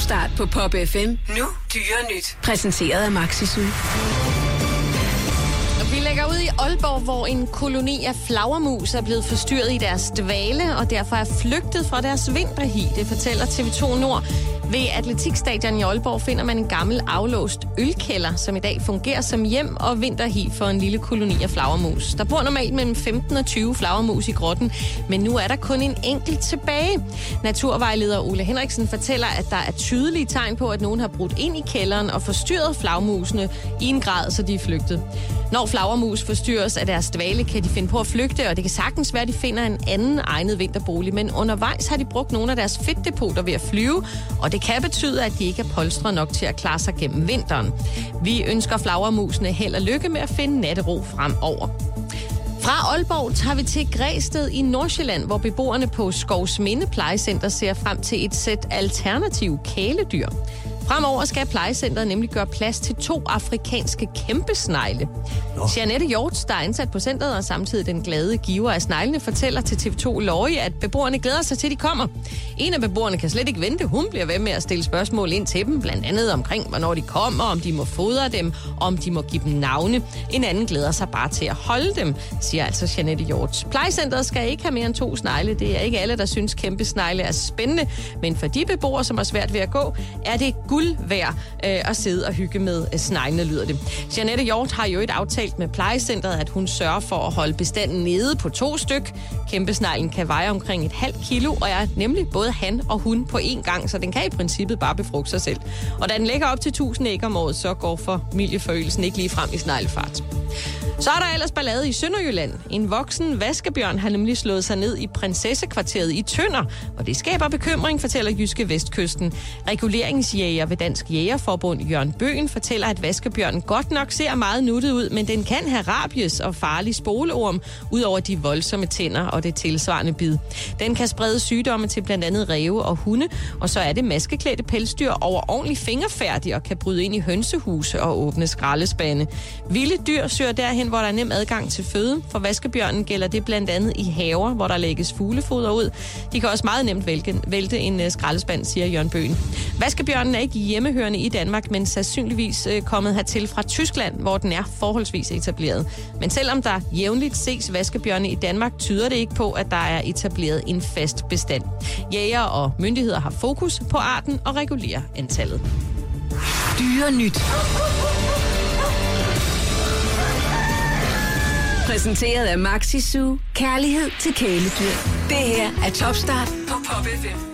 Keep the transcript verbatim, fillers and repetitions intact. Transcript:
Topstart på Pop F M. Nu dyre nyt. Præsenteret af Maxi Zoo. Vi lægger ud i Aalborg, hvor en koloni af flagermus er blevet forstyrret i deres dvale, og derfor er flygtet fra deres vinterhi. Det fortæller T V to Nord. Ved Atletikstadion i Aalborg finder man en gammel aflåst ølkælder, som i dag fungerer som hjem og vinterhi for en lille koloni af flagermus. Der bor normalt mellem femten og tyve flagermus i grotten, men nu er der kun en enkelt tilbage. Naturvejleder Ole Henriksen fortæller, at der er tydelige tegn på, at nogen har brudt ind i kælderen og forstyrret flagermusene i en grad, så de er flygtet. Når flagermus forstyrres af deres dvale, kan de finde på at flygte, og det kan sagtens være, at de finder en anden egnet vinterbolig. Men undervejs har de brugt nogle af deres fedtdepoter ved at flyve, og det kan betyde, at de ikke er polstret nok til at klare sig gennem vinteren. Vi ønsker flagermusene held og lykke med at finde nattero fremover. Fra Aalborg tager vi til Græsted i Nordsjælland, hvor beboerne på Skovsminde Plejecenter ser frem til et sæt alternative kæledyr. Fremover skal plejecenteret nemlig gøre plads til to afrikanske kæmpesnegle. Jeanette Hjorts, der er ansat på centret og samtidig den glade giver af sneglene, fortæller til T V to Løje, at beboerne glæder sig til, de kommer. En af beboerne kan slet ikke vente. Hun bliver ved med at stille spørgsmål ind til dem, blandt andet omkring, hvornår de kommer, om de må fodre dem, om de må give dem navne. En anden glæder sig bare til at holde dem, siger altså Jeanette Hjorts. Plejecenteret skal ikke have mere end to snegle. Det er ikke alle, der synes kæmpesnegle er spændende, men for de beboere, som har svært ved at gå, er det guld værd øh, at sidde og hygge med øh, sneglene, lyder det. Jeanette Hjort har jo et aftalt med plejecentret, at hun sørger for at holde bestanden nede på to styk. Kæmpesneglen kan veje omkring et halvt kilo, og er nemlig både han og hun på én gang, så den kan i princippet bare befrugte sig selv. Og da den lægger op til tusind æg om året, så går familieforøgelsen ikke lige frem i sneglefart. Så er der ellers ballade i Sønderjylland. En voksen vaskebjørn har nemlig slået sig ned i prinsessekvarteret i Tønder, og det skaber bekymring, fortæller Jyske Vestkysten. Reguleringsjæger ved Dansk Jægerforbund Jørgen Bøgen fortæller, at vaskebjørnen godt nok ser meget nuttet ud, men den kan have rabies og farlig spoleorm, ud over de voldsomme tænder og det tilsvarende bid. Den kan sprede sygdomme til blandt andet ræve og hunde, og så er det maskeklædte pelsdyr overordentlig fingerfærdige og kan bryde ind i hønsehuse og åbne skraldespande. Vilde dyr søger derhen, hvor der er nem adgang til føde. For vaskebjørnen gælder det blandt andet i haver, hvor der lægges fuglefoder ud. De kan også meget nemt vælte, vælte en skraldespand, siger Jørgen Bøgen. Vaskebjørnen er ikke hjemmehørende i Danmark, men sandsynligvis kommet hertil fra Tyskland, hvor den er forholdsvis etableret. Men selvom der jævnligt ses vaskebjørne i Danmark, tyder det ikke på, at der er etableret en fast bestand. Jæger og myndigheder har fokus på arten og regulerer antallet. Dyre nyt. Præsenteret af Maxi Zoo. Kærlighed til kæledyr. Det her er Topstart på Pop F M.